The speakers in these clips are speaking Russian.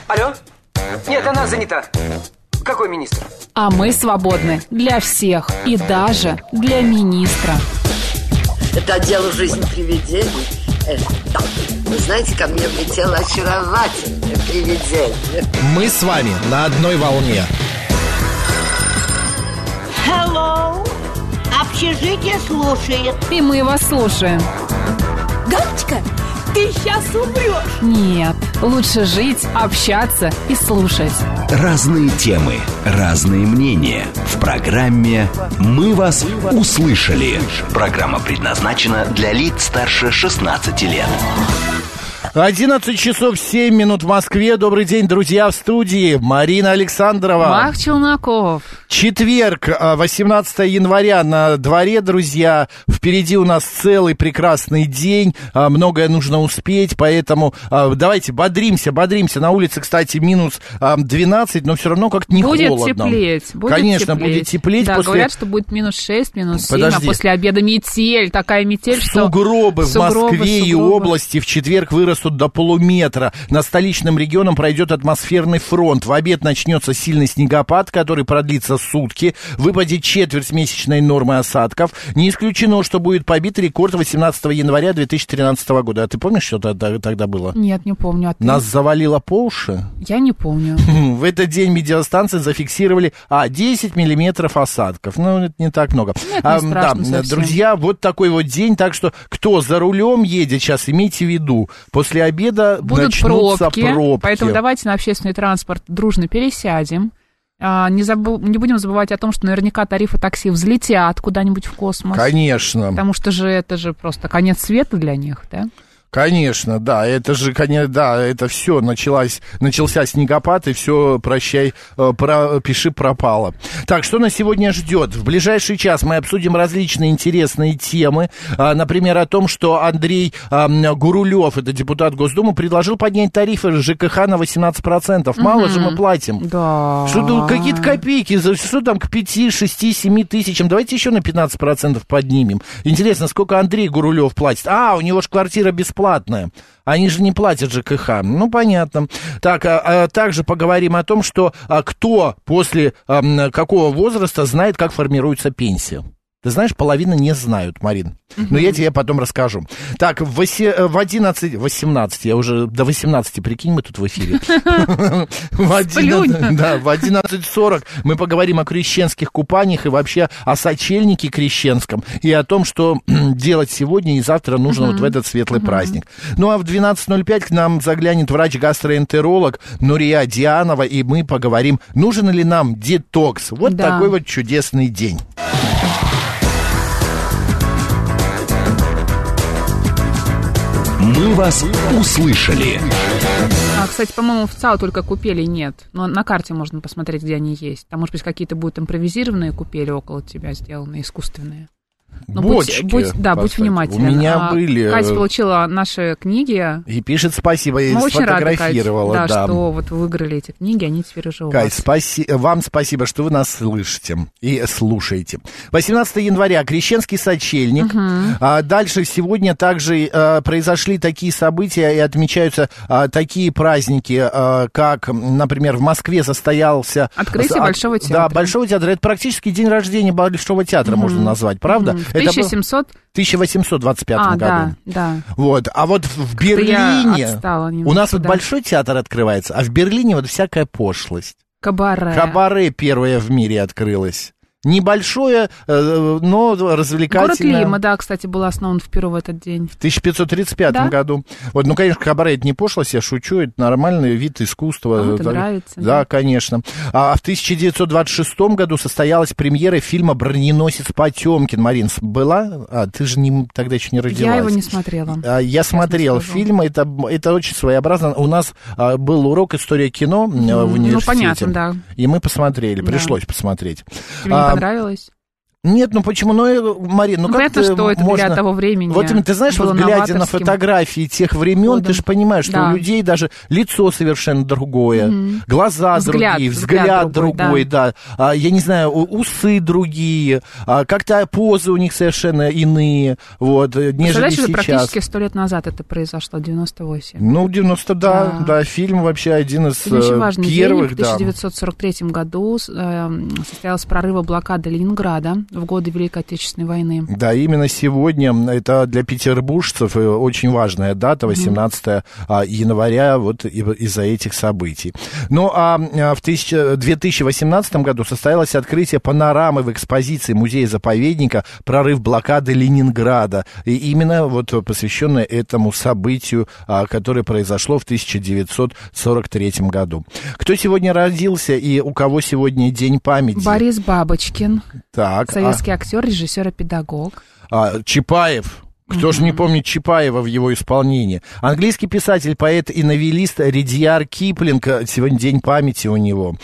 Алло? Нет, она занята. Какой министр? А мы свободны для всех и даже для министра. Это отдел «Жизнь привидений». Да. Вы знаете, ко мне влетело очаровательное привидение. Мы с вами на одной волне. Hello. Общежитие слушает. И мы вас слушаем. Галочка, ты сейчас умрешь. Нет, лучше жить, общаться и слушать. Разные темы, разные мнения. В программе «Мы вас услышали». Программа предназначена для лиц старше 16 лет. 11 часов 7 минут в Москве. Добрый день, друзья, в студии Марина Александрова. Мах Челноков. Четверг, 18 января на дворе, друзья. Впереди у нас целый прекрасный день. Многое нужно успеть, поэтому давайте бодримся. На улице, кстати, минус 12, но все равно как-то не будет холодно. Конечно, будет теплеть. Да, после... говорят, что будет минус 6, минус 7, Подожди. а после обеда метель. Такая метель, что... Сугробы в Москве и области в четверг вырастут до полуметра. Над столичным регионом пройдет атмосферный фронт. В обед начнется сильный снегопад, который продлится сутки. Выпадет четверть месячной нормы осадков. Не исключено, что будет побит рекорд 18 января 2013 года. А ты помнишь, что тогда было? Нет, не помню. А ты? Нас завалило по уши? Я не помню. В этот день метеостанции зафиксировали 10 миллиметров осадков. Ну, это не так много. Это не страшно совсем. Друзья, вот такой вот день. Так что, кто за рулем едет сейчас, имейте в виду. После обеда будут начнутся пробки. Поэтому давайте на общественный транспорт дружно пересядем. Не будем забывать о том, что наверняка тарифы такси взлетят куда-нибудь в космос. Конечно. Потому что это же просто конец света для них, да? Конечно, да, это же, да, это все, начался снегопад, и все, прощай, пиши пропало. Так, что нас сегодня ждет? В ближайший час мы обсудим различные интересные темы, например, о том, что Андрей Гурулев, это депутат Госдумы, предложил поднять тарифы ЖКХ на 18%. Мало же мы платим. Да. Что какие-то копейки, что там к 5, 6, 7 тысячам, давайте еще на 15% поднимем. Интересно, сколько Андрей Гурулев платит? У него же квартира бесплатная. Они же не платят ЖКХ. Ну, понятно. Так, также поговорим о том, что кто после какого возраста знает, как формируется пенсия. Ты знаешь, половина не знают, Марин. Но я тебе потом расскажу. Так, в 18, я уже до 18, прикинь, мы тут в эфире. В 11:40 мы поговорим о крещенских купаниях и вообще о сочельнике крещенском. И о том, что делать сегодня и завтра нужно вот в этот светлый праздник. Ну, а в 12:05 к нам заглянет врач-гастроэнтеролог Нурия Дианова, и мы поговорим, нужен ли нам детокс. Вот такой вот чудесный день. Мы вас услышали. Кстати, по-моему, в ЦАО только купели нет. Но на карте можно посмотреть, где они есть. Там, может быть, какие-то будут импровизированные купели около тебя сделанные, искусственные. Но бочки, будь внимателен. У меня были. Катя получила наши книги. И пишет спасибо, я Мы сфотографировала. Очень рады, Кать, что вот вы выиграли эти книги, они теперь уже у вас. Кать, вам спасибо, что вы нас слышите и слушаете. 18 января, Крещенский сочельник. Дальше сегодня также произошли такие события и отмечаются такие праздники, как, например, в Москве состоялся... Открытие Большого театра. Да, Большого театра. Это практически день рождения Большого театра, можно назвать, правда? В 1825 году. Да. Вот. А вот в Берлине у нас вот Большой театр открывается, а в Берлине вот всякая пошлость. Кабаре первое в мире открылось. Небольшое, но развлекательное. Город Лима, да, кстати, был основан впервые в этот день. В 1535 году. Вот, ну, конечно, кабаре это не пошлость, я шучу, это нормальный вид искусства. Вам это нравится. Да, конечно. А в 1926 году состоялась премьера фильма «Броненосец Потемкин». Марин, была? Ты же тогда еще не родилась. Я его не смотрела. Я смотрел фильм, это очень своеобразно. У нас был урок «История кино» в университете. Ну, понятно, да. И мы посмотрели, пришлось посмотреть. Тебе не понравилось? Нет, ну почему? Ну, Марин, ну как понятно, что это можно... для того времени. Вот именно, ты знаешь, вот глядя на фотографии тех времен, ты же понимаешь, что у людей даже лицо совершенно другое, глаза другие, взгляд другой, да. Я не знаю, усы другие, как-то позы у них совершенно иные, вот, нежели сейчас. Практически 100 лет назад это произошло, 98. Ну, 90, да, фильм вообще один из очень важный первых, день. В 1943 году состоялась прорыва блокады Ленинграда в годы Великой Отечественной войны. Да, именно сегодня, это для петербуржцев очень важная дата, 18 января, вот из-за этих событий. Ну, а в 2018 году состоялось открытие панорамы в экспозиции музея-заповедника «Прорыв блокады Ленинграда». И именно вот посвященное этому событию, которое произошло в 1943 году. Кто сегодня родился и у кого сегодня день памяти? Борис Бабочкин. Так. Советский актер, режиссер и педагог. Чапаев. Кто же не помнит Чапаева в его исполнении? Английский писатель, поэт и новеллист Ридьярд Киплинг. Сегодня день памяти у него.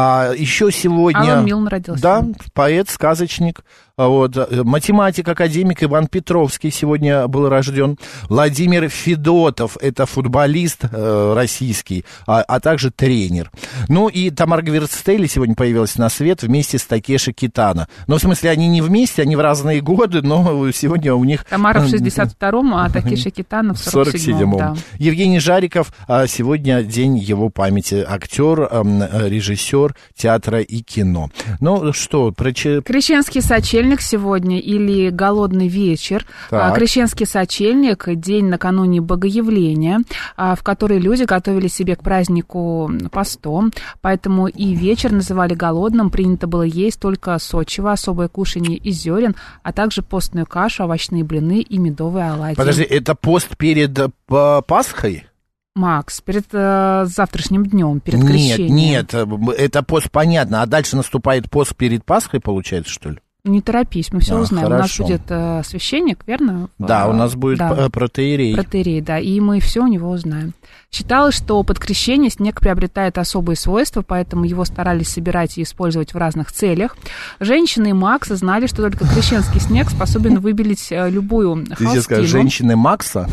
Еще сегодня... Алан Милн родился. Да, поэт, сказочник. Вот. Математик, академик Иван Петровский сегодня был рожден. Владимир Федотов, это футболист российский, а также тренер. Ну и Тамара Гвердстелли сегодня появилась на свет вместе с Такеши Китано. Ну, в смысле, они не вместе, они в разные годы, но сегодня у них... Тамара в 62-м, а Такеши Китано в 47-м. Да. Евгений Жариков, сегодня день его памяти. Актер, режиссер театра и кино. Ну что, Крещенский сочельник сегодня или голодный вечер. Крещенский сочельник, день накануне Богоявления, в который люди готовили себе к празднику постом, поэтому и вечер называли голодным. Принято было есть только сочево, особое кушанье из зерен, а также постную кашу, овощные блины и медовые оладьи. Подожди, это пост перед Пасхой? Макс, перед завтрашним днем, перед крещением. Нет, это пост понятно, а дальше наступает пост перед Пасхой, получается, что ли? Не торопись, мы все узнаем. Хорошо. У нас будет священник, верно? Да, у нас будет протоиерей. Протоиерей, да, и мы все у него узнаем. Считалось, что под крещение снег приобретает особые свойства, поэтому его старались собирать и использовать в разных целях. Женщины и Макса знали, что только крещенский снег способен выбелить любую холстину. Ты сказал, женщины Макса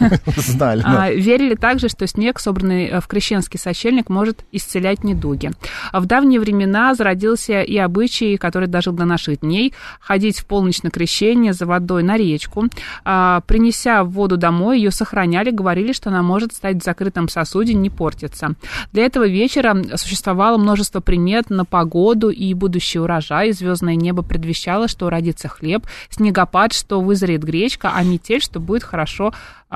знали. Верили также, что снег, собранный в крещенский сочельник, может исцелять недуги. В давние времена зародился и обычай, который дожил до наших дней, ходить в полночь на крещение за водой на речку. Принеся воду домой, ее сохраняли, говорили, что она может стать в закрытом сосуде, не портится. Для этого вечера существовало множество примет на погоду и будущий урожай. Звездное небо предвещало, что родится хлеб, снегопад, что вызреет гречка, а метель, что будут хорошо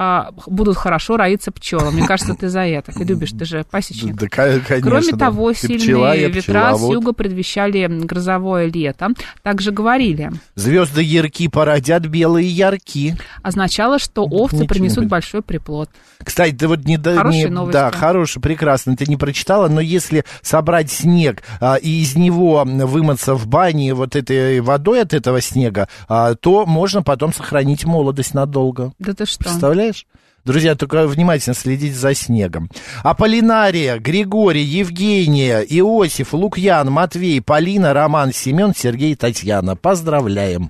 роиться пчелы. Мне кажется, ты за это. Ты любишь, ты же пасечник. Да, конечно, кроме того, сильные ветра с вот. юга предвещали грозовое лето. Также говорили. Звезды ярки породят белые ярки. Означало, что овцы принесут большой приплод. Кстати, ты вот Хорошие новости. Да, хорошие, прекрасно. Ты не прочитала, но если собрать снег и из него вымыться в бане вот этой водой от этого снега, то можно потом сохранить молодость надолго. Да ты что? Представляешь? Друзья, только внимательно следите за снегом. Аполлинария, Григорий, Евгения, Иосиф, Лукьян, Матвей, Полина, Роман, Семен, Сергей, Татьяна. Поздравляем!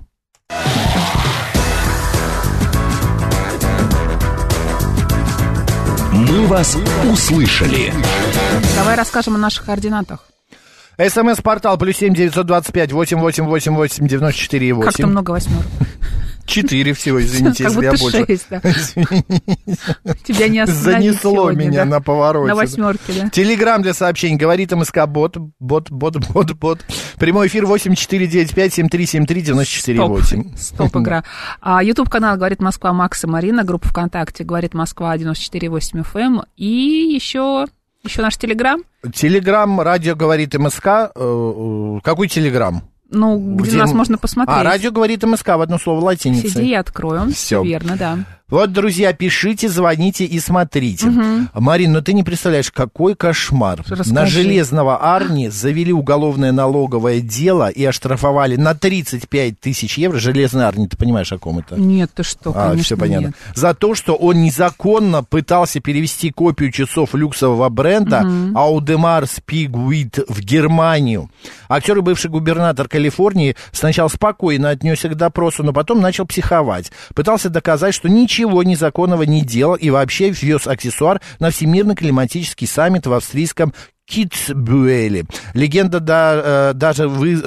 Мы вас услышали. Давай расскажем о наших координатах. СМС-портал +7 925 88 88 94 8. Как-то много восьмерок. 4 всего, извините, как если я будто больше. 6, да. Тебя не остановить Занесло сегодня, меня да? на повороте. На восьмерке, да. Телеграм для сообщений. Говорит МСК бот. Прямой эфир 8495-7373-94-8. Стоп, игра. Ютуб-канал «Говорит Москва» Макс и Марина. Группа ВКонтакте «Говорит Москва» 94,8 FM. И еще наш Телеграм. Телеграм, радио «Говорит МСК». Какой Телеграм? Ну, где нас можно посмотреть. Радио «Говорит МСК» в одно слово латиницей. Сиди и откроем. Все Верно, да. Вот, друзья, пишите, звоните и смотрите. Марин, ну ты не представляешь, какой кошмар. Расскажи. На Железного Арни завели уголовное налоговое дело и оштрафовали на 35 тысяч евро. Железный Арни, ты понимаешь, о ком это? Нет, ты что, конечно, все понятно. нет. За то, что он незаконно пытался перевести копию часов люксового бренда Audemars Piguet в Германию. Актер и бывший губернатор Калифорнии сначала спокойно отнесся к допросу, но потом начал психовать. Пытался доказать, что ничего незаконного не делал и вообще ввез аксессуар на Всемирный климатический саммит в австрийском Китсбюэле. Легенда даже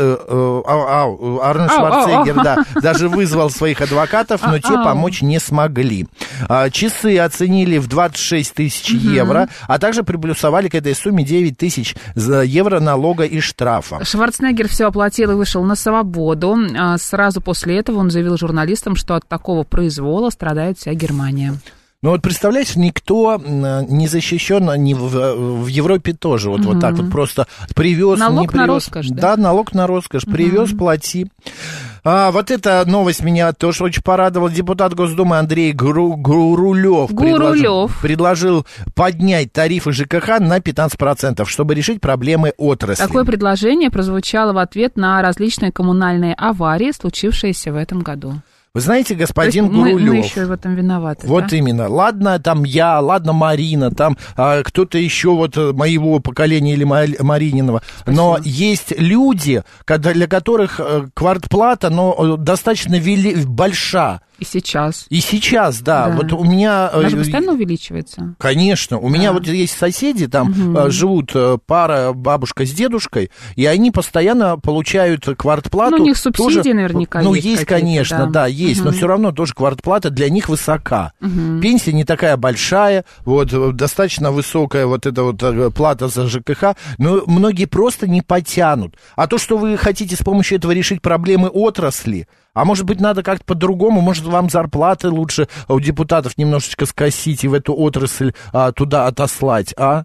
Арнольд Шварценеггер даже вызвал своих адвокатов, но те помочь не смогли. Часы оценили в 26 тысяч евро, а также приплюсовали к этой сумме 9 тысяч евро налога и штрафа. Шварценеггер все оплатил и вышел на свободу. Сразу после этого он заявил журналистам, что от такого произвола страдает вся Германия. Ну вот представляешь, никто не защищен, ни в Европе тоже. Вот так вот просто привез, налог не привез. На роскошь, да? Да, налог на роскошь. Привез, плати. Вот эта новость меня тоже очень порадовала. Депутат Госдумы Андрей Гурулев предложил поднять тарифы ЖКХ на 15%, чтобы решить проблемы отрасли. Такое предложение прозвучало в ответ на различные коммунальные аварии, случившиеся в этом году. Вы знаете, господин Гурулев... Мы еще и в этом виноваты. Вот да? именно. Ладно, там я, ладно, Марина, там кто-то еще вот моего поколения или Марининого. Спасибо. Но есть люди, для которых квартплата, но достаточно большая. И сейчас. И сейчас, да. Вот у меня... Она же постоянно увеличивается. Конечно. У меня вот есть соседи, там живут пара, бабушка с дедушкой, и они постоянно получают квартплату. Ну, у них субсидии наверняка есть. Ну, есть, конечно, да, есть, но все равно тоже квартплата для них высока. Пенсия не такая большая, вот, достаточно высокая вот эта вот плата за ЖКХ, но многие просто не потянут. А то, что вы хотите с помощью этого решить проблемы отрасли, а может быть, надо как-то по-другому, может, вам зарплаты лучше у депутатов немножечко скосить и в эту отрасль туда отослать, а?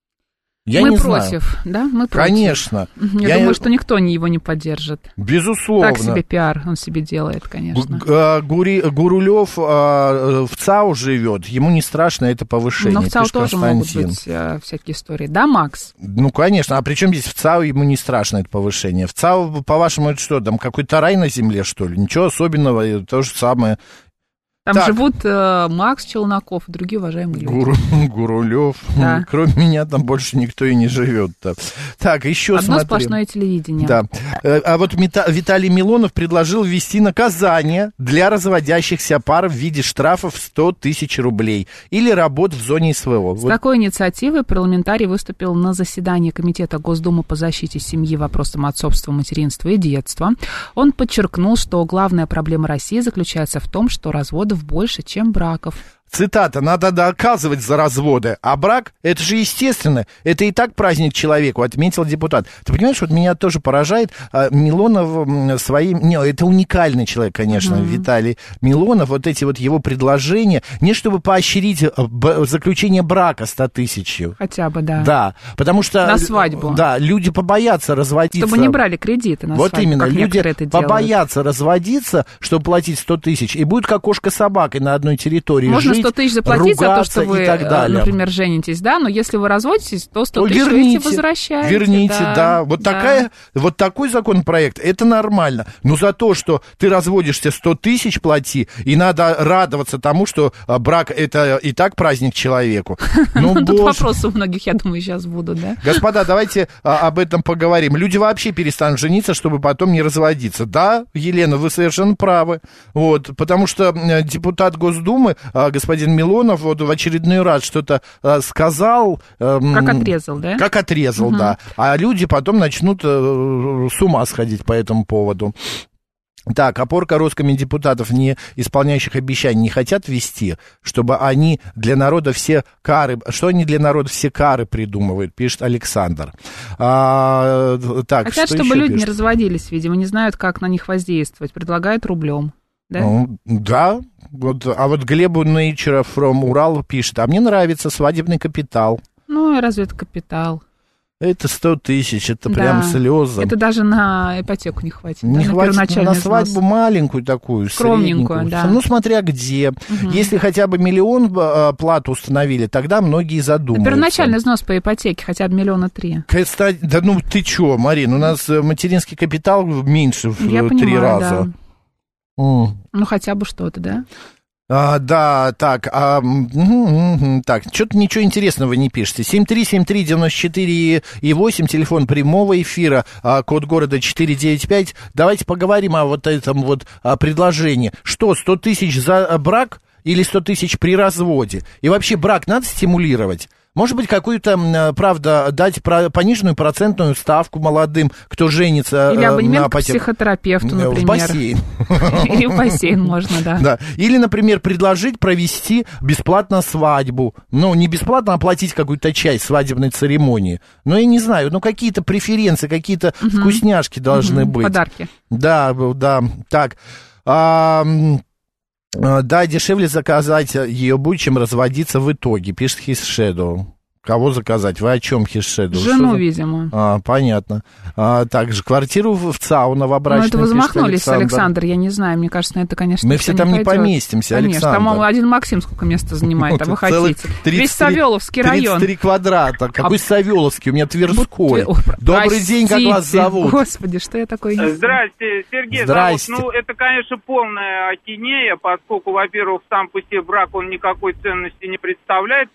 Мы против, да? Мы против. Конечно. Я думаю, что никто его не поддержит. Безусловно. Так себе пиар он себе делает, конечно. Гурулев в ЦАУ живет, ему не страшно это повышение. Но в ЦАУ тоже могут быть всякие истории. Да, Макс? Ну, конечно. А при чем здесь в ЦАУ ему не страшно это повышение? В ЦАУ, по-вашему, это что, там какой-то рай на земле, что ли? Ничего особенного, то же самое. Там живут Макс Челноков и другие уважаемые люди. Гурулев. Да. Кроме меня там больше никто и не живет-то. Так, еще одно смотри. Сплошное телевидение. Да. А вот Виталий Милонов предложил ввести наказание для разводящихся пар в виде штрафов 100 тысяч рублей или работ в зоне СВО. С такой инициативой парламентарий выступил на заседании Комитета Госдумы по защите семьи, вопросам отцовства, материнства и детства. Он подчеркнул, что главная проблема России заключается в том, что разводы больше, чем браков. Цитата: «Надо доказывать за разводы, а брак — это же естественно, это и так праздник человеку», отметил депутат. Ты понимаешь, вот меня тоже поражает Милонов своим... Не, это уникальный человек, конечно, Виталий Милонов, вот эти вот его предложения, не чтобы поощрить заключение брака 100 тысяч. Хотя бы, да. Да, потому что... На свадьбу. Да, люди побоятся разводиться. Чтобы не брали кредиты на вот свадьбу, именно, как люди это побоятся разводиться, чтобы платить 100 тысяч, и будет как кошка с собакой на одной территории можно жить, 100 тысяч заплатить за то, что вы, например, женитесь, да, но если вы разводитесь, то 100 тысяч вы эти возвращаете. Верните, да. Вот такой законопроект, это нормально. Но за то, что ты разводишься, 100 тысяч плати, и надо радоваться тому, что брак — это и так праздник человеку. Ну, тут вопросы у многих, я думаю, сейчас будут, да? Господа, давайте об этом поговорим. Люди вообще перестанут жениться, чтобы потом не разводиться. Да, Елена, вы совершенно правы. Вот, потому что депутат Госдумы, господин Милонов, вот в очередной раз что-то сказал. Как отрезал, да? Как отрезал, да. А люди потом начнут с ума сходить по этому поводу. Так, опорка росками депутатов, не исполняющих обещаний, не хотят ввести, чтобы они для народа все кары... Что они для народа все кары придумывают, пишет Александр. Так, хотят, чтобы люди не разводились, видимо, не знают, как на них воздействовать. Предлагают рублем. Да? Ну, да. Вот, а вот Глебу Nature from Урал пишет: а мне нравится свадебный капитал. Ну, и разве это капитал? Это 100 тысяч, это Да. прям слезы. Это даже на ипотеку не хватит. Не да, хватит первоначальный на свадьбу взнос. маленькую такую, Скромненькую, средненькую. да. Ну, смотря где. Если хотя бы 1 миллион плату установили, тогда многие задумаются. Первоначальный взнос по ипотеке хотя бы 1,3 миллиона. Кстати, да ну ты чё, Марин, у нас материнский капитал меньше в Я 3 понимаю, раза. да. Ну, хотя бы что-то, да? Да, так, так, что-то ничего интересного не пишете. 7373948, телефон прямого эфира, код города 495. Давайте поговорим о вот этом вот предложении. Что, 100 тысяч за брак или 100 тысяч при разводе? И вообще брак надо стимулировать? Может быть, какую-то, правда, дать пониженную процентную ставку молодым, кто женится Или абонемент на к психотерапевту, например. в бассейн. Или в бассейн можно, да. Да. Или, например, предложить провести бесплатно свадьбу. Ну, не бесплатно, а оплатить какую-то часть свадебной церемонии. Ну, я не знаю, ну, какие-то преференции, какие-то вкусняшки должны быть. Подарки. Да, так. Да, дешевле заказать ее будет, чем разводиться в итоге, пишет Хисшеду. Кого заказать? Вы о чем, Хисшеду? Жену, видимо. Понятно. Также квартиру в ЦАУ новобрачную. Ну, это вы замахнулись, Александр, я не знаю. Мне кажется, на это, конечно, мы все там не поместимся, Конечно, Александр. там, один Максим сколько места занимает, а вы хотите. Весь Савеловский район. 33 квадрата. Какой Савеловский? У меня Тверской. Добрый день, как вас зовут? Господи, что я такое не знаю. Здрасте, Сергей. Здрасте. Ну, это, конечно, полная ахинея, поскольку, во-первых, сам по себе брак, он никакой ценности не представляет.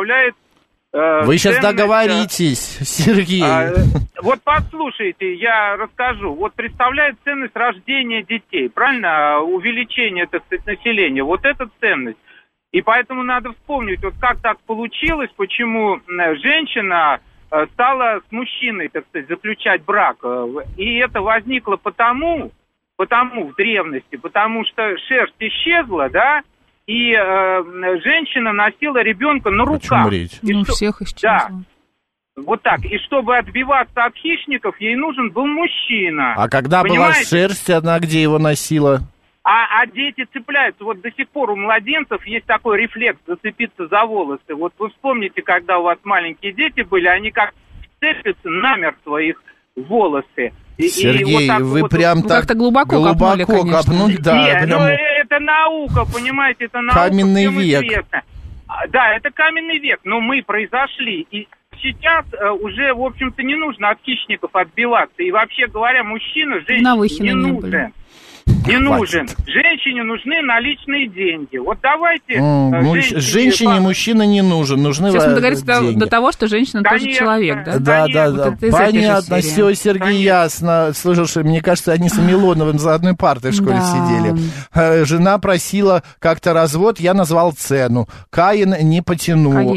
Вы сейчас ценность, договоритесь, Сергей. Вот послушайте, я расскажу. Вот представляет ценность рождения детей, правильно? Увеличение, так сказать, населения. Вот это ценность. И поэтому надо вспомнить, вот как так получилось, почему женщина стала с мужчиной, так сказать, заключать брак. И это возникло потому в древности, потому что шерсть исчезла, да, и женщина носила ребенка на руках. Ну, всех исчезло. Да. Вот так. И чтобы отбиваться от хищников, ей нужен был мужчина. А когда была шерсть, она где его носила? А дети цепляются. Вот до сих пор у младенцев есть такой рефлекс зацепиться за волосы. Вот вы вспомните, когда у вас маленькие дети были, они как цепятся намертво их волосы. Сергей, и вот так вы вот, прям так как-то глубоко копнули, да. Нет, прям... это наука, понимаете, это наука. Каменный век. Известно. Да, это каменный век, но мы произошли. И сейчас уже, в общем-то, не нужно от хищников отбиваться. И вообще говоря, мужчина женщине не нужен. Не нужен. Женщине нужны наличные деньги. Вот давайте... Женщине мужчина не нужен. Нужны сейчас мы договоримся до того, что женщина тоже человек, да? Да. Вот понятно, все, Сергей, ясно. Слушай, мне кажется, они с Милоновым за одной партой в школе сидели. Жена просила как-то развод, я назвал цену. Каин не потянул.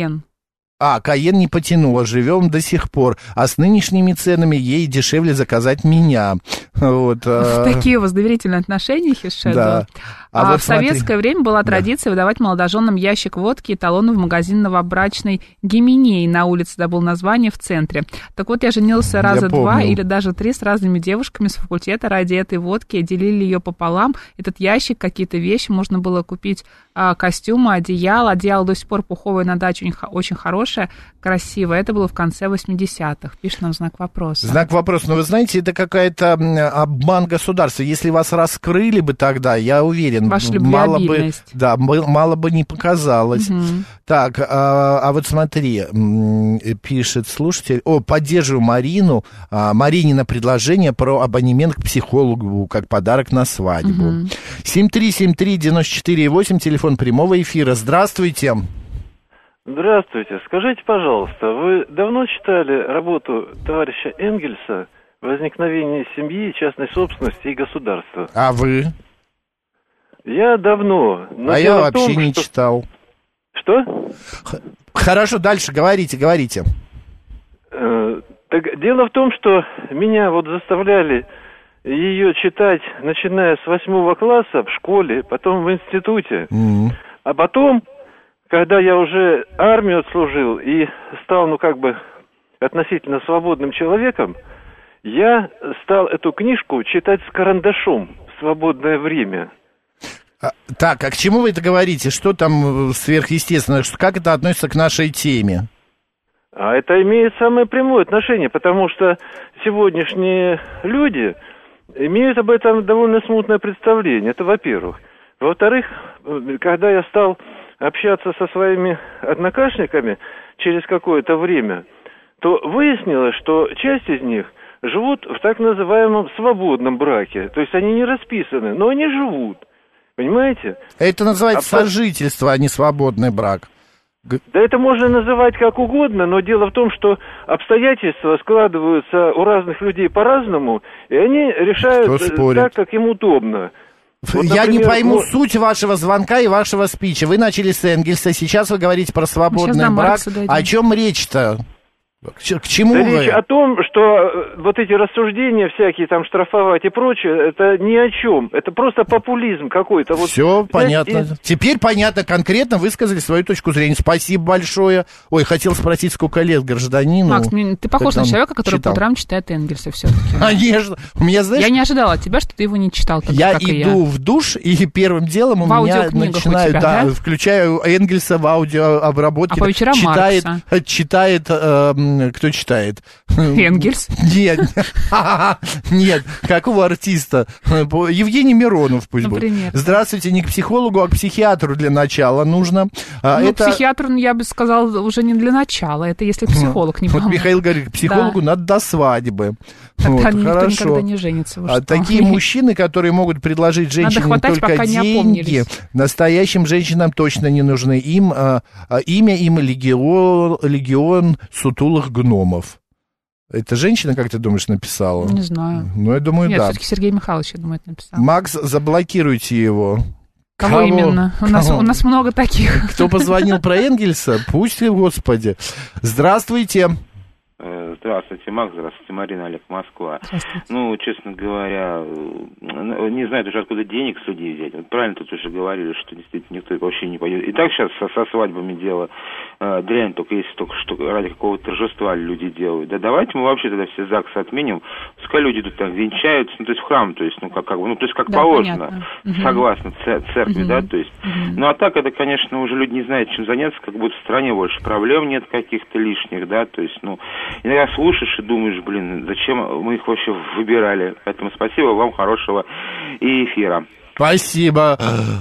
Каен не потянула, живем до сих пор. А с нынешними ценами ей дешевле заказать меня. Вот, Такие у вас доверительные отношения, Хисшеду. Да. Вот в советское время была традиция выдавать молодоженам ящик водки и талоны в магазин новобрачной Гименей на улице, да, было название, в центре. Так вот, я женился раза 2 или даже 3 с разными девушками с факультета ради этой водки, делили ее пополам. Этот ящик, какие-то вещи, можно было купить, костюмы, одеяло. Одеяло до сих пор пуховое на даче, очень хорошее, красивое. Это было в конце 80-х. Пишет нам знак вопроса. Знак вопроса. Но вы знаете, это какая-то обман государства. Если вас раскрыли бы тогда, я уверен, мало бы не показалось. Так, вот смотри, пишет слушатель. Поддерживаю Марину. Маринина предложение про абонемент к психологу как подарок на свадьбу. 7373948, телефон прямого эфира. Здравствуйте. Здравствуйте. Скажите, пожалуйста, вы давно читали работу товарища Энгельса «Возникновение семьи, частной собственности и государства»? А вы? Я давно. Но я вообще не читал. Что? Хорошо, дальше говорите. Так дело в том, что меня вот заставляли ее читать, начиная с 8 класса в школе, потом в институте. А потом, когда я уже армию отслужил и стал, относительно свободным человеком, я стал эту книжку читать с карандашом в свободное время. Так, а к чему вы это говорите? Что там сверхъестественное? Как это относится к нашей теме? А это имеет самое прямое отношение, потому что сегодняшние люди имеют об этом довольно смутное представление. Это во-первых. Во-вторых, когда я стал общаться со своими однокашниками через какое-то время, то выяснилось, что часть из них живут в так называемом свободном браке. То есть они не расписаны, но они живут. Понимаете? Это называется сожительство, а не свободный брак. Да это можно называть как угодно, но дело в том, что обстоятельства складываются у разных людей по-разному, и они решают так, как им удобно. Вот, я например, не пойму суть вашего звонка и вашего спича. Вы начали с Энгельса, сейчас вы говорите про свободный брак. О чем речь-то? К чему вы? Речь о том, что вот эти рассуждения всякие, там, штрафовать и прочее, это ни о чем. Это просто популизм какой-то. Вот, все понятно. Теперь понятно, конкретно высказали свою точку зрения. Спасибо большое. Ой, хотел спросить, сколько лет гражданину. Макс, ты похож на человека, который по утрам читает Энгельса все-таки. Конечно. У меня, знаешь, я не ожидала от тебя, что ты его не читал. Я иду в душ, и первым делом у меня начинаю, да, включаю Энгельса в аудиообработке. А по вечерам Маркса. Читает... Кто читает? Энгельс? Нет, какого артиста? Евгений Миронов пусть будет. Здравствуйте, не к психологу, а к психиатру для начала нужно. Психиатр, я бы сказала, уже не для начала, это если психолог не поможет. Вот Михаил говорит, к психологу надо до свадьбы. Тогда никто никогда не женится. Такие мужчины, которые могут предложить женщине только деньги, настоящим женщинам точно не нужны. Имя им легион сутулых гномов. Это женщина, как ты думаешь, написала? Не знаю. Ну, я думаю, Нет, да. все-таки Сергей Михайлович, я думаю, это написал. Макс, заблокируйте его. Кого именно? У нас много таких. Кто позвонил про Энгельса? Пусть, Господи. Здравствуйте. Здравствуйте, Макс, здравствуйте, Марина, Олег, Москва. Ну, честно говоря, не знаю даже, откуда денег судьи взять. Вот правильно тут уже говорили, что действительно никто вообще не пойдет. И так сейчас со свадьбами дело дрянь, только если только что ради какого-то торжества люди делают. Да давайте мы вообще тогда все ЗАГСы отменим, пускай люди тут там венчаются, ну, то есть в храм, то есть, ну, как да, положено, согласно церкви, да, то есть. Ну, а так, это, конечно, уже люди не знают, чем заняться, как будто в стране больше проблем нет каких-то лишних, да, то есть, ну, иногда слушаешь и думаешь, блин, зачем мы их вообще выбирали. Поэтому спасибо вам, хорошего эфира. Спасибо.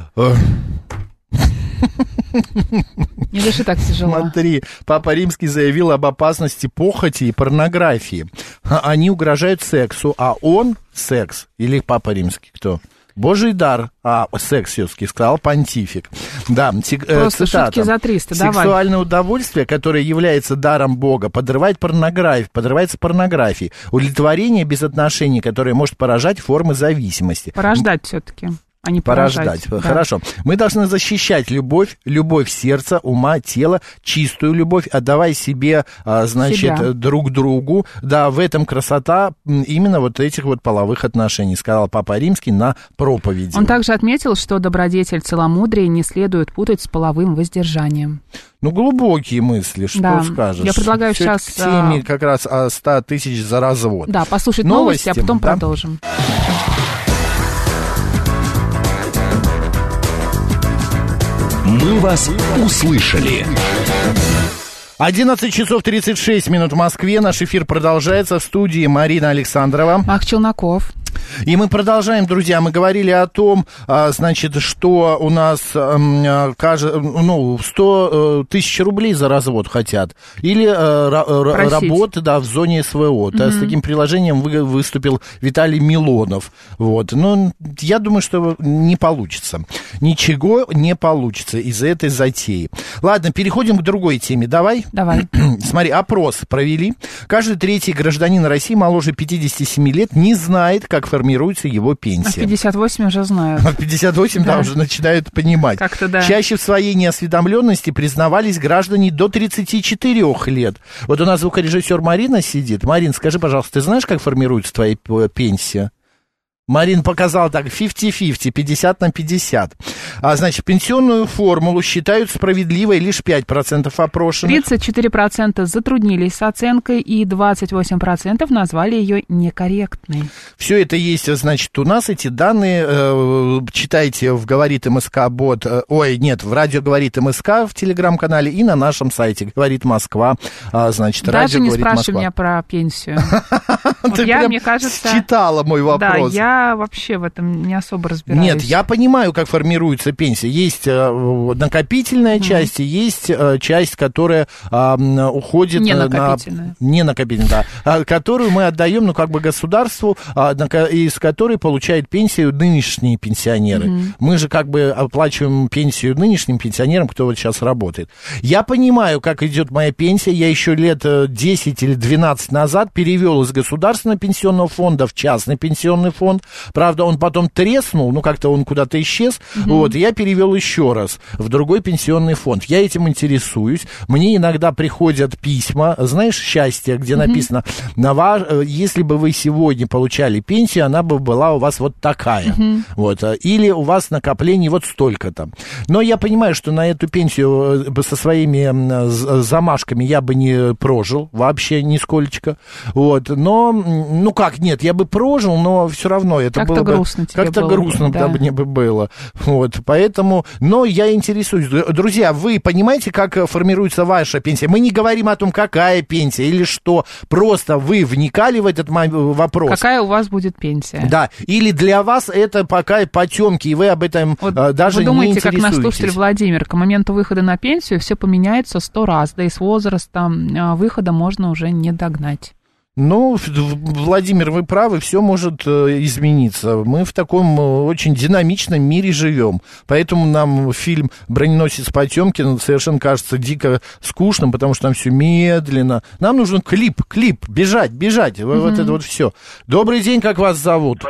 Не дыши так тяжело. Смотри, Папа Римский заявил об опасности похоти и порнографии. Они угрожают сексу, а он секс, или Папа Римский, кто? Божий дар, секс все-таки, сказал понтифик. Да, просто цитата. Шутки за 300, Сексуальное давай. удовольствие, которое является даром Бога, подрывается порнографией. Удовлетворение без отношений, которое может поражать формы зависимости. Порождать все-таки. А не порождать. Да. Хорошо. Мы должны защищать любовь сердца, ума, тела, чистую любовь, отдавая себе, друг другу. Да, в этом красота именно вот этих вот половых отношений, сказал Папа Римский на проповеди. Он также отметил, что добродетель целомудрия не следует путать с половым воздержанием. Ну, глубокие мысли, что скажешь. Я предлагаю все сейчас... теме как раз о 100 тысяч за развод. Да, послушать новости, а потом продолжим. Мы вас услышали. 11 часов 36 минут в Москве. Наш эфир продолжается. В студии Марина Александрова. Макс Челноков. И мы продолжаем, друзья. Мы говорили о том, что у нас 100 тысяч рублей за развод хотят. Или работы, в зоне СВО. С таким приложением выступил Виталий Милонов. Вот. Но я думаю, что не получится. Ничего не получится из-за этой затеи. Ладно, переходим к другой теме. Давай. Смотри, опрос провели. Каждый третий гражданин России моложе 57 лет не знает, как формируется его пенсия. А 58 уже знают. А 58, да, уже начинают понимать. Как-то да. Чаще в своей неосведомленности признавались граждане до 34 лет. Вот у нас звукорежиссер Марина сидит. Марин, скажи, пожалуйста, ты знаешь, как формируется твоя пенсия? Марина показала так, 50-50, 50 на 50. Значит, пенсионную формулу считают справедливой лишь 5% опрошенных. 34% затруднились с оценкой, и 28% назвали ее некорректной. Все это есть, значит, у нас эти данные. Читайте в «Говорит МСК» бот, в «Радио говорит МСК» в телеграм-канале и на нашем сайте «Говорит Москва». Значит, даже не спрашивай Москва. меня про пенсию. Ты мне кажется, считала мой вопрос. Да, я вообще в этом не особо разбираюсь. Нет, я понимаю, как формируется пенсия. Есть накопительная часть, и есть часть, которая уходит не накопительная, которую мы отдаем, государству, из которой получают пенсию нынешние пенсионеры. Мы же оплачиваем пенсию нынешним пенсионерам, кто вот сейчас работает. Я понимаю, как идет моя пенсия. Я еще лет 10 или 12 назад перевел из государственного пенсионного фонда в частный пенсионный фонд. Правда, он потом треснул, как-то он куда-то исчез. И я перевел еще раз в другой пенсионный фонд. Я этим интересуюсь. Мне иногда приходят письма, знаешь, счастье, где написано, если бы вы сегодня получали пенсию, она бы была у вас вот такая. Или у вас накоплений вот столько-то. Но я понимаю, что на эту пенсию со своими замашками я бы не прожил вообще нисколечко. Но, нет, я бы прожил, но все равно это как-то было бы... грустно тебе как-то было, грустно да. мне бы было. Поэтому... Но я интересуюсь. Друзья, вы понимаете, как формируется ваша пенсия? Мы не говорим о том, какая пенсия или что. Просто вы вникали в этот вопрос. Какая у вас будет пенсия? Да. Или для вас это пока потемки, и вы об этом даже вы думаете, не интересуетесь. как наш слушатель Владимир, к моменту выхода на пенсию все поменяется 100 раз, да и с возрастом выхода можно уже не догнать. Владимир, вы правы, все может измениться. Мы в таком очень динамичном мире живем. Поэтому нам фильм «Броненосец Потемкин» совершенно кажется дико скучным, потому что там все медленно. Нам нужен клип, бежать. Вот это вот все. Добрый день, как вас зовут?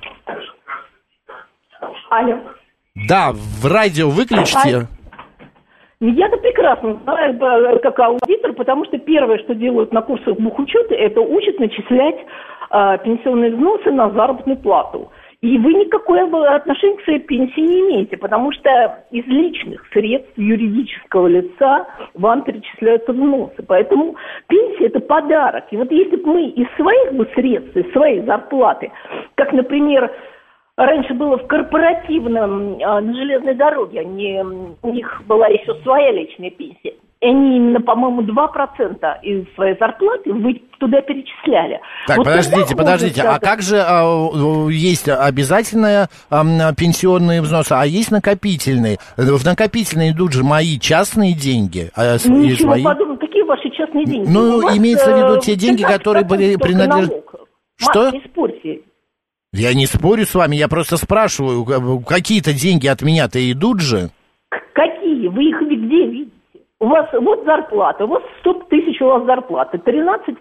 Алло. Да, в радио выключите. Я-то прекрасно знаю, как аудитор, потому что первое, что делают на курсах бухучета, это учат начислять пенсионные взносы на заработную плату. И вы никакое отношение к своей пенсии не имеете, потому что из личных средств юридического лица вам перечисляются взносы. Поэтому пенсия – это подарок. И вот если бы мы из своих средств, из своей зарплаты, как, например, раньше было в корпоративном на железной дороге, у них была еще своя личная пенсия. И они именно, по-моему, 2% из своей зарплаты вы туда перечисляли. Так, вот подождите, а как же есть обязательные пенсионные взносы, а есть накопительные? В накопительные идут же мои частные деньги. Ничего подобного, какие ваши частные деньги? Имеется в виду те деньги, которые были принадлежат... Что? Не спорьте. Я не спорю с вами, я просто спрашиваю, какие-то деньги от меня-то идут же? Какие? Вы их где видите? У вас вот зарплата, у вас 100 тысяч у вас зарплата, 13%,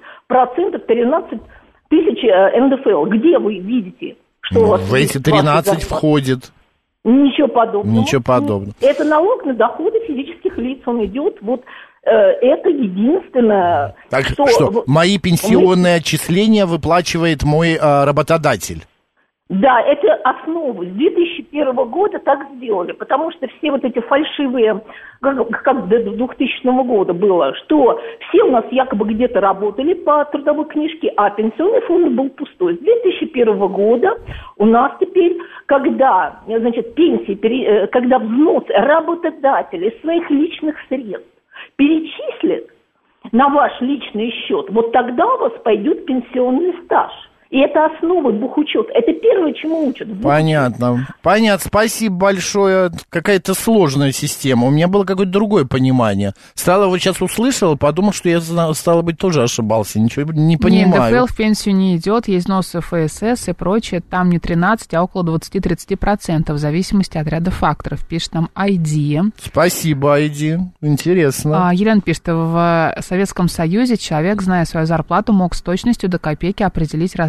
13 тысяч НДФЛ. Где вы видите, что у вас... В эти 13 входит. Ничего подобного. Ничего подобного. Это налог на доходы физических лиц, он идет вот... Это единственное, так что мои пенсионные отчисления выплачивает мой работодатель. Да, это основа. С 2001 года так сделали, потому что все вот эти фальшивые, как до 2000 года было, что все у нас якобы где-то работали по трудовой книжке, а пенсионный фонд был пустой. С 2001 года у нас теперь, когда, пенсии, когда взнос работодателя из своих личных средств перечислит на ваш личный счет, вот тогда у вас пойдет пенсионный стаж. И это основа бухучета. Это первое, чему учат. Понятно. Спасибо большое. Какая-то сложная система. У меня было какое-то другое понимание. Вот сейчас услышал, подумал, что я, стало быть, тоже ошибался. Ничего не понимаю. НДФЛ в пенсию не идет. Есть взносы ФСС и прочее. Там не 13, а около 20-30%, в зависимости от ряда факторов. Пишет нам ID. Спасибо, ID. Интересно. Елена пишет, в Советском Союзе человек, зная свою зарплату, мог с точностью до копейки определить размер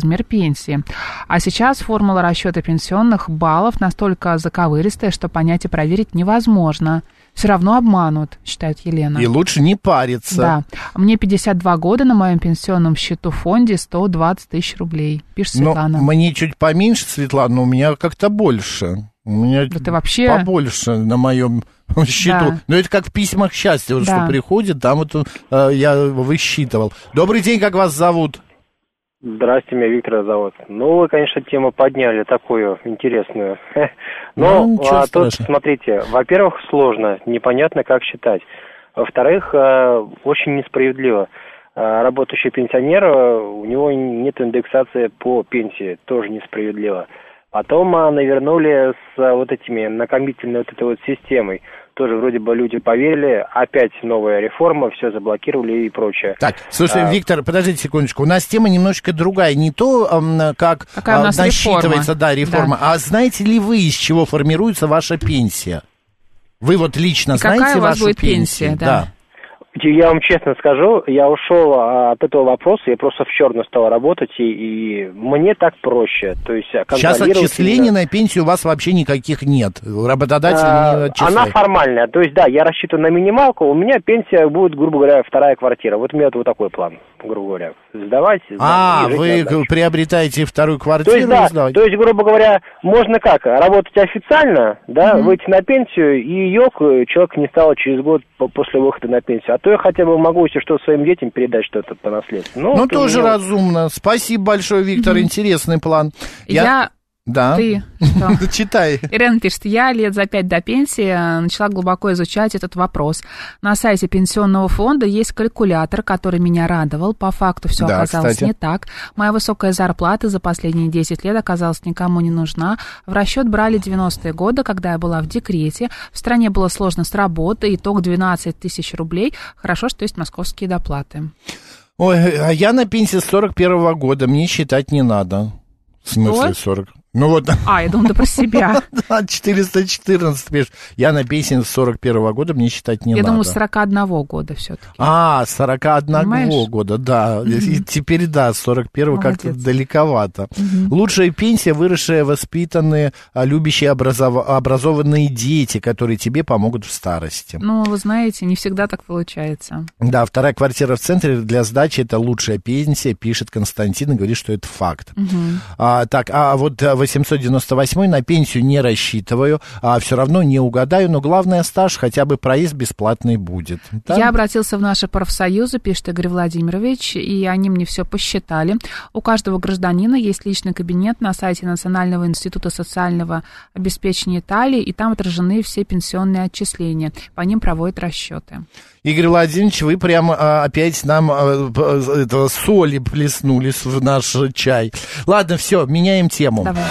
размер пенсии. А сейчас формула расчета пенсионных баллов настолько заковыристая, что понять и проверить невозможно. Все равно обманут, считает Елена. И лучше не париться. Да. Мне 52 года, на моем пенсионном счету в фонде 120 тысяч рублей, пишет Светлана. Мне чуть поменьше, Светлана, но у меня как-то больше. У меня ты вообще... побольше на моем счету. Да. Но это как в письмах счастья, вот что приходит, там вот я высчитывал. Добрый день, как вас зовут? Здрасте, меня Виктор зовут. Ну, вы, конечно, тему подняли такую интересную. Но тут, смотрите, во-первых, сложно, непонятно, как считать. Во-вторых, очень несправедливо. Работающий пенсионер, у него нет индексации по пенсии, тоже несправедливо. Потом навернули с вот этими накопительной вот этой вот системой. Тоже вроде бы люди поверили, опять новая реформа, все заблокировали и прочее. Так, слушай, Виктор, подождите секундочку, у нас тема немножечко другая. Не то, как насчитывается реформа, а знаете ли вы, из чего формируется ваша пенсия? Вы вот лично знаете вашу пенсию? Да. Я вам честно скажу, я ушел от этого вопроса, я просто в черную стал работать, и мне так проще. То есть сейчас отчислений на пенсию у вас вообще никаких нет, работодатель не отчисляет. Она формальная, то есть да, я рассчитываю на минималку, у меня пенсия будет, грубо говоря, вторая квартира. Вот у меня вот такой план, грубо говоря, сдавать. Вы приобретаете вторую квартиру и сдавать? То есть, грубо говоря, можно как, работать официально, да, выйти на пенсию, и человек не стал через год после выхода на пенсию. А то я хотя бы могу, если что, своим детям передать что-то по наследству. Ну тоже разумно. Спасибо большое, Виктор, интересный план. Да. Ты что? Читай. Ирена пишет, я лет за 5 до пенсии начала глубоко изучать этот вопрос. На сайте пенсионного фонда есть калькулятор, который меня радовал. По факту все оказалось не так. Моя высокая зарплата за последние 10 лет оказалась никому не нужна. В расчет брали 90-е годы, когда я была в декрете. В стране было сложно с работой. Итог 12 тысяч рублей. Хорошо, что есть московские доплаты. Ой, а я на пенсии с 41-го года. Мне считать не надо. В смысле 40? Ну вот. Я думаю, ты про себя. 414 пишешь. Я на пенсии с 41-го года, мне считать не надо. Я думаю, с 41 года все-таки. 41 года, да. И теперь, да, с 41-го как-то далековато. Лучшая пенсия, выросшие, воспитанные, любящие, образованные дети, которые тебе помогут в старости. Ну, вы знаете, не всегда так получается. Да, вторая квартира в центре для сдачи — это лучшая пенсия, пишет Константин и говорит, что это факт. Вот 898 на пенсию не рассчитываю, все равно не угадаю, но главное, стаж, хотя бы проезд бесплатный будет. Да? Я обратился в наши профсоюзы, пишет Игорь Владимирович, и они мне все посчитали. У каждого гражданина есть личный кабинет на сайте Национального института социального обеспечения Италии, и там отражены все пенсионные отчисления. По ним проводят расчеты. Игорь Владимирович, вы прямо опять нам соли плеснули в наш чай. Ладно, все, меняем тему. Давай.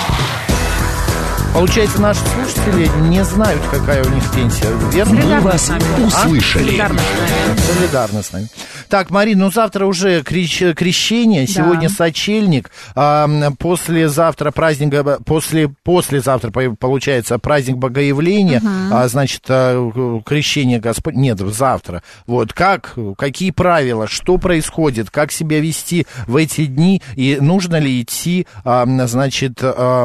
Получается, наши слушатели не знают, какая у них пенсия, верно? Мы вас услышали. Солидарно с нами. Так, Марина, завтра уже крещение, сегодня сочельник, послезавтра праздник, послезавтра, получается, праздник Богоявления, значит, крещение Господь, нет, завтра. Вот, какие правила, что происходит, как себя вести в эти дни, и нужно ли идти, значит,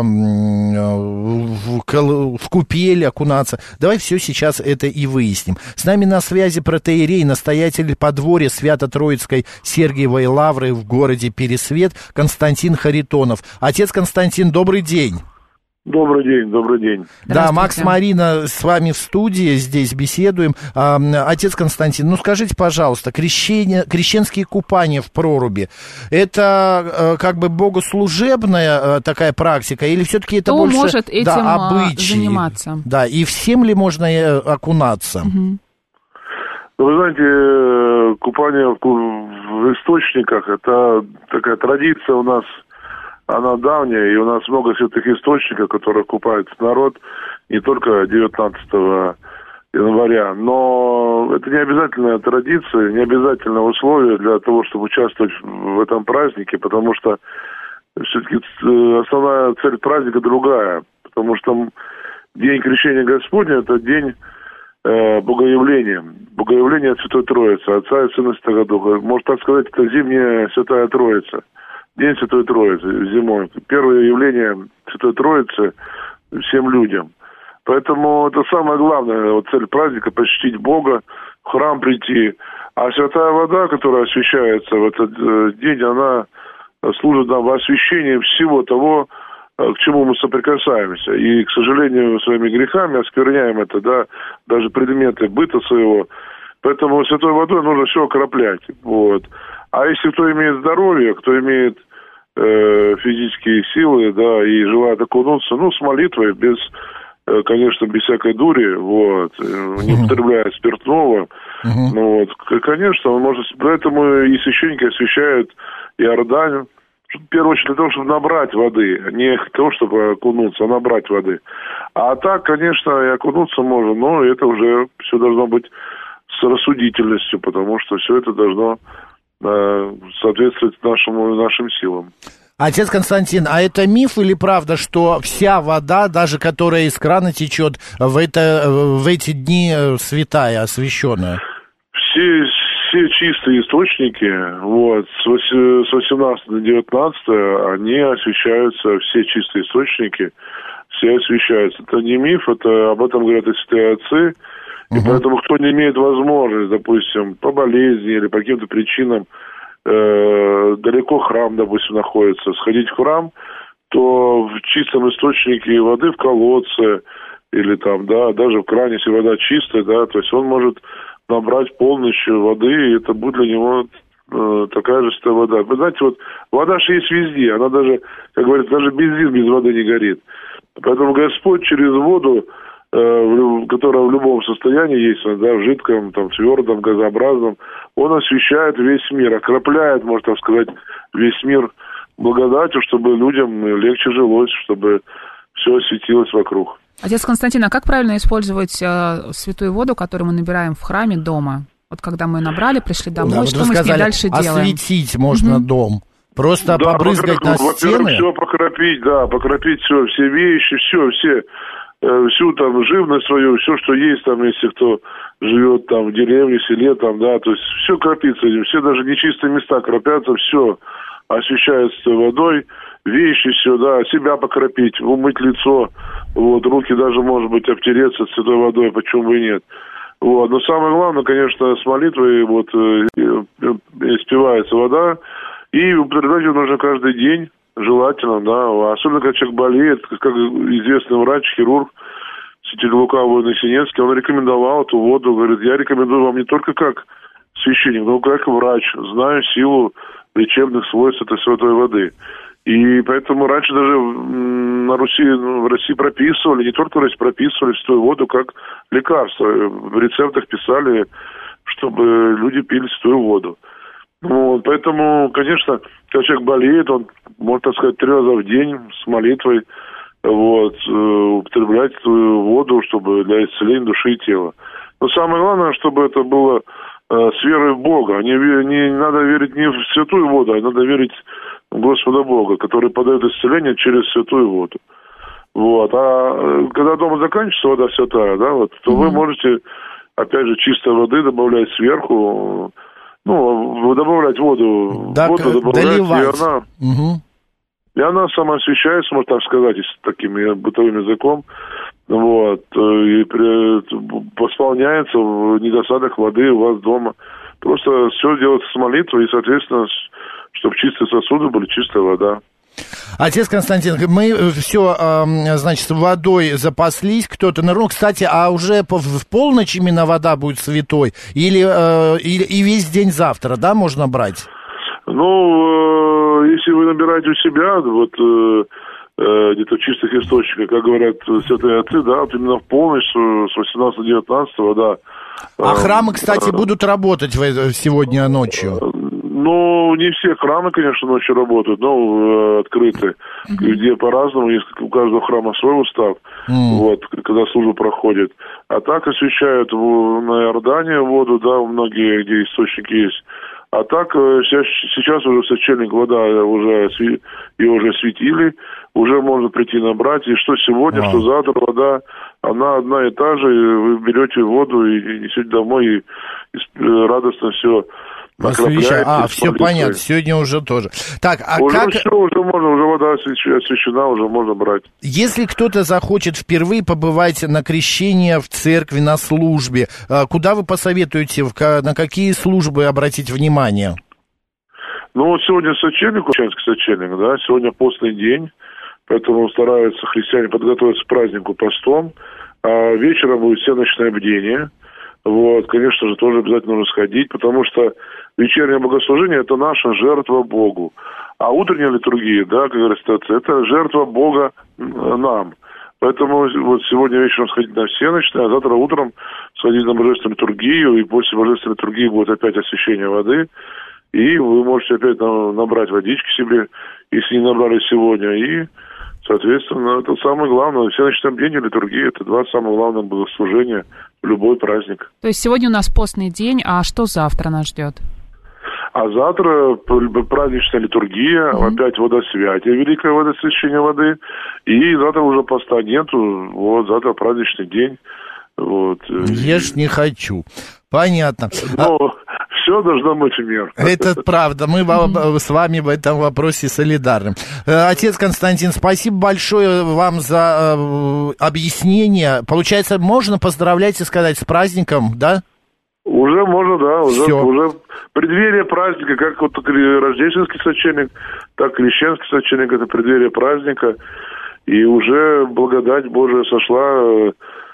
в купель окунаться. Давай все сейчас это и выясним. С нами на связи протоиерей, настоятель подворья Свято-Троицкой Сергиевой Лавры в городе Пересвет Константин Харитонов. Отец Константин, добрый день. Добрый день, добрый день. Да, Макс, Марина с вами в студии, здесь беседуем. Отец Константин, ну скажите, пожалуйста, крещенские купания в проруби, это как бы богослужебная такая практика, или все-таки это больше может этим обычай? Заниматься? Да, и всем ли можно окунаться? Вы знаете, купание в источниках, это такая традиция у нас, она давняя, и у нас много святых источников, которых купается народ, не только 19 января. Но это не обязательная традиция, не обязательное условие для того, чтобы участвовать в этом празднике, потому что все-таки основная цель праздника другая. Потому что День Крещения Господня – это день Богоявления. Богоявление Святой Троицы, Отца и Сына и Святого Духа. Можно так сказать, это зимняя Святая Троица. День Святой Троицы зимой. Первое явление Святой Троицы всем людям. Поэтому это самое главное, вот цель праздника — почтить Бога, в храм прийти. А святая вода, которая освящается в этот день, она служит нам во освящении всего того, к чему мы соприкасаемся. И, к сожалению, своими грехами оскверняем это, да, даже предметы быта своего. Поэтому святой водой нужно все окроплять. Вот. А если кто имеет здоровье, кто имеет физические силы, да, и желает окунуться, с молитвой, без, конечно, без всякой дури, вот, не употребляя спиртного, конечно, он может, поэтому и священники освящают Иордань, в первую очередь для того, чтобы набрать воды, не для того, чтобы окунуться, а набрать воды. А так, конечно, и окунуться можно, но это уже все должно быть с рассудительностью, потому что все это должно соответствовать нашим силам. Отец Константин, а это миф или правда, что вся вода, даже которая из крана течет, в эти дни святая, освященная? Все чистые источники, вот, с 18 на 19 они освящаются, все чистые источники, все освящаются. Это не миф, это об этом говорят и святые отцы. И поэтому, кто не имеет возможности, допустим, по болезни или по каким-то причинам, далеко храм, допустим, находится, сходить в храм, то в чистом источнике воды, в колодце или там, да, даже в кране, если вода чистая, да, то есть он может набрать полностью воды, и это будет для него такая же чистая вода. Вы знаете, вот вода же есть везде, она даже, как говорится, даже бензин без воды не горит. Поэтому Господь через воду, которая в любом состоянии есть, да, в жидком, там, твердом, газообразном, он освещает весь мир, окропляет, можно так сказать, весь мир благодатью, чтобы людям легче жилось, чтобы все осветилось вокруг. Отец Константин, а как правильно использовать святую воду, которую мы набираем в храме дома? Вот когда мы набрали, пришли домой, да, что мы с ней дальше делаем? Осветить можно дом. Просто да, побрызгать на стены? Во-первых, все покропить, да, покропить все вещи, всю там живность свою, все, что есть там, если кто живет там в деревне, селе, там, да, то есть все кропится, все даже нечистые места кропятся, все освещается водой, вещи все, да, себя покропить, умыть лицо, вот, руки даже, может быть, обтереться святой водой, почему бы и нет. Вот, но самое главное, конечно, с молитвой вот испевается вода, и употреблять ее нужно каждый день, желательно, да, особенно когда человек болеет, как известный врач, хирург, святитель Лука Воиносинецкий, он рекомендовал эту воду, говорит, я рекомендую вам не только как священник, но как врач, знаю силу лечебных свойств этой святой воды. И поэтому раньше даже в России прописывали, не только в России, прописывали святую воду как лекарство. В рецептах писали, чтобы люди пили святую воду. Вот, поэтому, конечно, когда человек болеет, он, можно так сказать, 3 раза в день с молитвой вот, употреблять эту воду, чтобы для исцеления души и тела. Но самое главное, чтобы это было с верой в Бога. Не надо верить не в святую воду, а надо верить в Господа Бога, который подает исцеление через святую воду. Вот. А когда дома заканчивается вода святая, да, вот, то вы можете, опять же, чистой воды добавлять сверху, добавлять воду, так, воду добавлять, доливать. И она самоосвещается, можно так сказать, таким бытовым языком, вот, и восполняется в недостатках воды у вас дома. Просто все делается с молитвой, и, соответственно, чтобы чистые сосуды были, чистая вода. Отец Константин, мы все, значит, водой запаслись, кто-то нырнул. Кстати, а уже в полночь именно вода будет святой? Или и весь день завтра, да, можно брать? Если вы набираете у себя, вот, где-то в чистых источниках, как говорят святые отцы, да, вот именно в полночь, с 18 до 19, да. А храмы, кстати, будут работать сегодня ночью? Не все храмы, конечно, ночью работают, но открыты, где по-разному, у каждого храма свой устав, вот, когда служба проходит. А так освещают на Иордане воду, да, многие, где источники есть. А так сейчас уже сочельник, вода ее уже светили, уже можно прийти набрать. И что сегодня, что завтра вода, она одна и та же, и вы берете воду и несете домой, и радостно все Все понятно, сегодня уже тоже. Так, а уже как... все, уже можно, уже вода освещена, уже можно брать. Если кто-то захочет впервые побывать на крещении в церкви, на службе, куда вы посоветуете, на какие службы обратить внимание? Ну, вот сегодня сочельник, сочельник, да, сегодня постный день, поэтому стараются христиане подготовиться к празднику постом. А вечером будет всеночное бдение. Вот, конечно же, тоже обязательно нужно сходить, потому что вечернее богослужение – это наша жертва Богу. А утренняя литургия, да, как говорится, это жертва Бога нам. Поэтому вот сегодня вечером сходить на всеночное, а завтра утром сходить на божественную литургию, и после божественной литургии будет опять освящение воды, и вы можете опять набрать водички себе, если не набрали сегодня, и, соответственно, это самое главное. Всеночное бдение, литургия – это два самых главных богослужения в любой праздник. То есть сегодня у нас постный день, а что завтра нас ждет? А завтра праздничная литургия, опять водосвятие, великое водосвящение воды, и завтра уже поста нету, вот завтра праздничный день. Вот. Ешь не хочу. Понятно. Но все должно быть в меру. Это правда, мы с вами в этом вопросе солидарны. Отец Константин, спасибо большое вам за объяснение. Получается, можно поздравлять и сказать с праздником, да? Уже можно, да, уже преддверие праздника, как вот рождественский сочельник, так и крещенский сочельник, это преддверие праздника, и уже благодать Божия сошла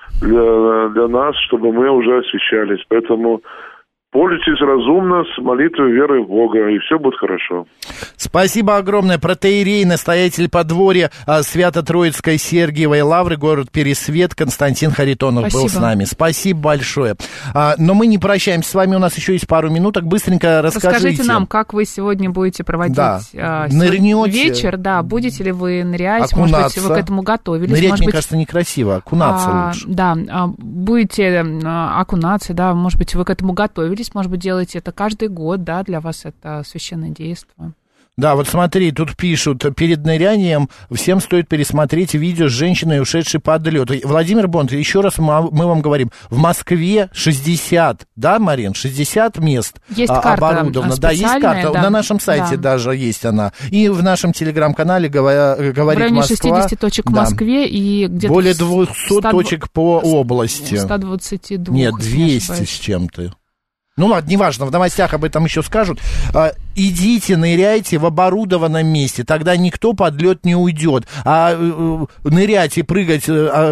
для нас, чтобы мы уже освящались, поэтому пользуйтесь разумно, с молитвой, верой в Бога, и все будет хорошо. Спасибо огромное. Протоиерей, настоятель подворья Свято-Троицкой Сергиевой Лавры, город Пересвет, Константин Харитонов был с нами. Спасибо большое. Но мы не прощаемся с вами, у нас еще есть пару минуток. Быстренько расскажите нам, как вы сегодня будете проводить вечер. Да, будете ли вы нырять? Окунаться. Может быть, вы к этому готовились? Нырять, мне кажется, некрасиво, окунаться лучше. Да, будете окунаться, да, может быть, вы к этому готовились. Может быть, делаете это каждый год, да, для вас это священное действо. Да, вот смотри, тут пишут, перед нырянием всем стоит пересмотреть видео с женщиной, ушедшей под лед. Владимир Бонд, еще раз мы вам говорим, в Москве 60, да, Марин, 60 мест есть оборудовано. Да, есть карта, на нашем сайте даже есть она. И в нашем телеграм-канале «Говорит Москва». В районе 60 точек в Москве и где-то... Более 200 точек по области. 122. Нет, 200 с чем-то. Ну ладно, неважно, в новостях об этом еще скажут. Идите, ныряйте в оборудованном месте, тогда никто под лед не уйдет. А нырять и прыгать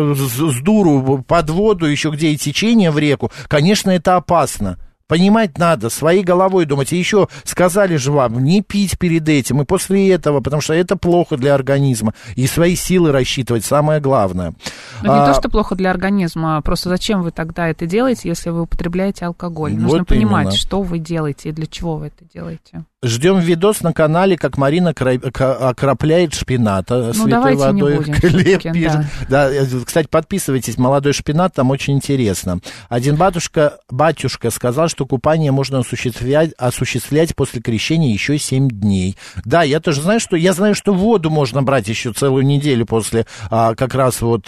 с дуру под воду, еще где и течение в реку, конечно, это опасно. Понимать надо, своей головой думать. И еще сказали же вам, не пить перед этим и после этого, потому что это плохо для организма. И свои силы рассчитывать, самое главное. Но не то, что плохо для организма, просто зачем вы тогда это делаете, если вы употребляете алкоголь? Нужно понимать, что вы делаете и для чего вы это делаете. Ждем видос на канале, как Марина окропляет шпинат святой водой. Глеб пишет. Да, кстати, подписывайтесь, молодой шпинат, там очень интересно. Один батюшка сказал, что купание можно осуществлять после крещения еще 7 дней. Да, я тоже знаю, что воду можно брать еще целую неделю после как раз вот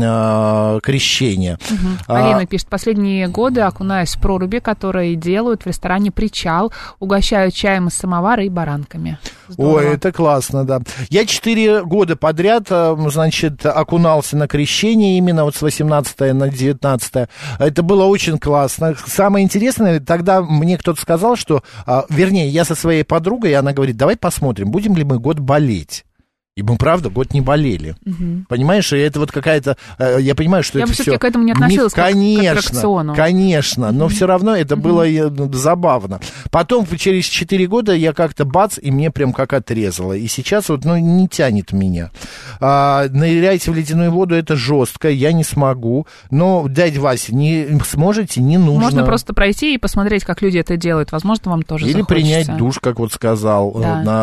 крещения. Алина пишет, последние годы окунаюсь в проруби, которые делают в ресторане «Причал», угощают чаем из самовара и баранками. Здорово. Ой, это классно, да. Я 4 года подряд, значит, окунался на крещение, именно вот с 18 на 19. Это было очень классно. Самое интересное, тогда мне кто-то сказал, что, вернее, я со своей подругой, и она говорит, давай посмотрим, будем ли мы год болеть. И мы, правда, год не болели. Понимаешь, и это вот какая-то... Я понимаю, что я это бы все... все-таки к этому не относилась, как к аттракциону. Конечно, но все равно это было забавно. Потом, через 4 года, я как-то бац, и мне прям как отрезало. И сейчас вот, не тянет меня. Ныряйте в ледяную воду, это жестко, я не смогу. Но, дядя Вася, не сможете, не нужно. Можно просто пройти и посмотреть, как люди это делают. Возможно, вам тоже или захочется. Принять душ, как вот сказал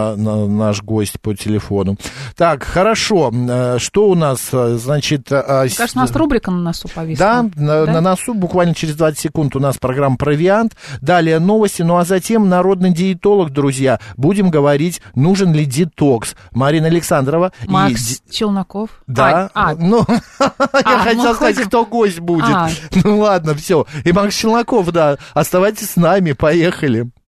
наш гость по телефону. Так, хорошо. Что у нас, значит... Кажется, у нас рубрика на носу повисла. Да, на носу. Буквально через 20 секунд у нас программа «Провиант». Далее новости. Ну, а затем народный диетолог, друзья. Будем говорить, нужен ли детокс. Марина Александрова. Макс Челноков. Да. Я хотел сказать, кто гость будет. Ну, ладно, все. И Макс Челноков, да. Оставайтесь с нами. Поехали.